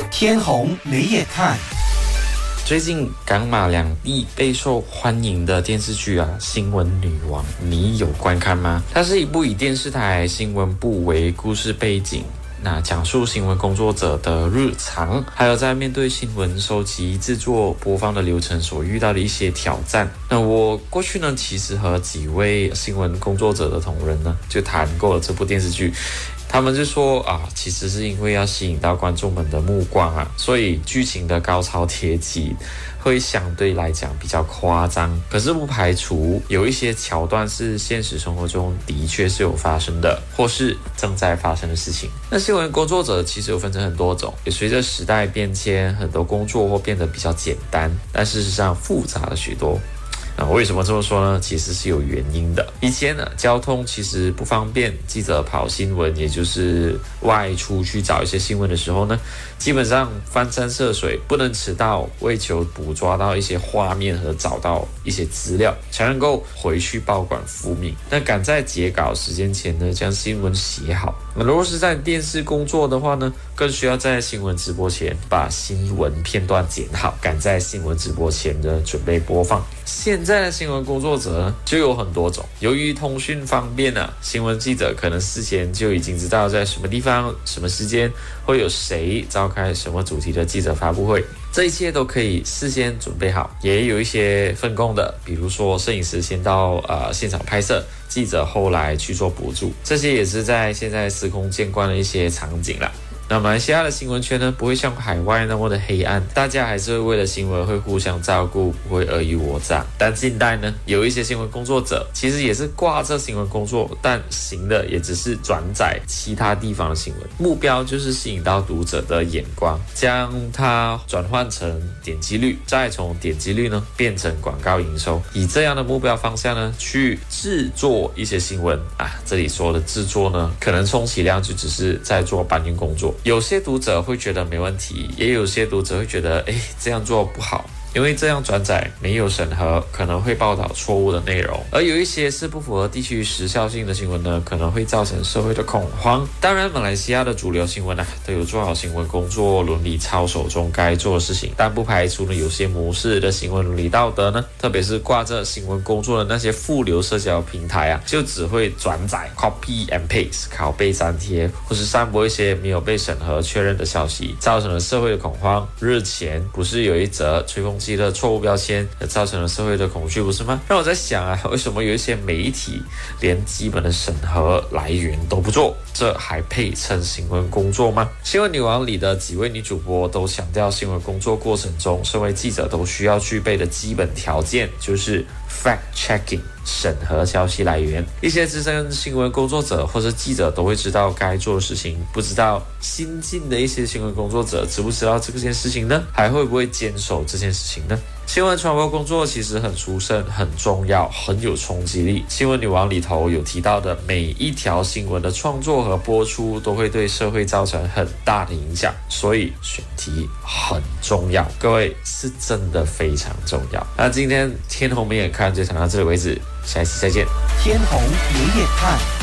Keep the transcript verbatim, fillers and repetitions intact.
天红你也看。 最近港马两地备受欢迎的电视剧啊，《新闻女王》，你有观看吗？它是一部以电视台新闻部为故事背景，那讲述新闻工作者的日常，还有在面对新闻收集、制作、播放的流程所遇到的一些挑战。那我过去呢，其实和几位新闻工作者的同仁呢，就谈过了这部电视剧。他们就说啊，其实是因为要吸引到观众们的目光啊，所以剧情的高潮迭起会相对来讲比较夸张。可是不排除有一些桥段是现实生活中的确是有发生的，或是正在发生的事情。那新闻工作者其实有分成很多种，也随着时代变迁，很多工作或变得比较简单，但事实上复杂了许多。那为什么这么说呢？其实是有原因的。以前呢，交通其实不方便，记者跑新闻，也就是外出去找一些新闻的时候呢，基本上翻山涉水，不能迟到，为求捕捉到一些画面和找到一些资料，才能够回去报馆复命。那赶在截稿时间前呢，将新闻写好。那如果是在电视工作的话呢，更需要在新闻直播前把新闻片段剪好，赶在新闻直播前的准备播放。现在的新闻工作者呢，就有很多种。由于通讯方便啊，新闻记者可能事前就已经知道在什么地方、什么时间会有谁召开什么主题的记者发布会，这一切都可以事先准备好。也有一些分工的，比如说摄影师先到呃现场拍摄，记者后来去做补助，这些也是在现在司空见惯的一些场景啦。那马来西亚的新闻圈呢，不会像海外那么的黑暗，大家还是会为了新闻会互相照顾，不会尔虞我诈。但近代呢，有一些新闻工作者其实也是挂着新闻工作，但行的也只是转载其他地方的新闻，目标就是吸引到读者的眼光，将它转换成点击率，再从点击率呢变成广告营收，以这样的目标方向呢去制作一些新闻啊。这里说的制作呢，可能充其量就只是在做搬运工作。有些读者会觉得没问题，也有些读者会觉得，哎，这样做不好，因为这样转载没有审核，可能会报道错误的内容。而有一些是不符合地区时效性的新闻呢，可能会造成社会的恐慌。当然，马来西亚的主流新闻啊，都有做好新闻工作、伦理操守中该做的事情，但不排除呢有些模式的新闻伦理道德呢，特别是挂着新闻工作的那些副流社交平台啊，就只会转载 copy and paste 拷贝粘贴，或是散播一些没有被审核确认的消息，造成了社会的恐慌。日前不是有一则吹风机的错误标签，也造成了社会的恐惧，不是吗？让我在想啊，为什么有一些媒体连基本的审核来源都不做，这还配称新闻工作吗？新闻女王里的几位女主播都强调，新闻工作过程中，身为记者都需要具备的基本条件就是 fact checking， 审核消息来源。一些资深新闻工作者或是记者都会知道该做的事情，不知道新进的一些新闻工作者知不知道这件事情呢？还会不会坚守这件事情呢？新闻传播工作其实很殊胜、很重要、很有冲击力。新闻女王里头有提到的每一条新闻的创作和播出都会对社会造成很大的影响，所以选题很重要。各位，是真的非常重要。那今天天红没眼看就谈到这里为止，下一期再见。 天红没眼看。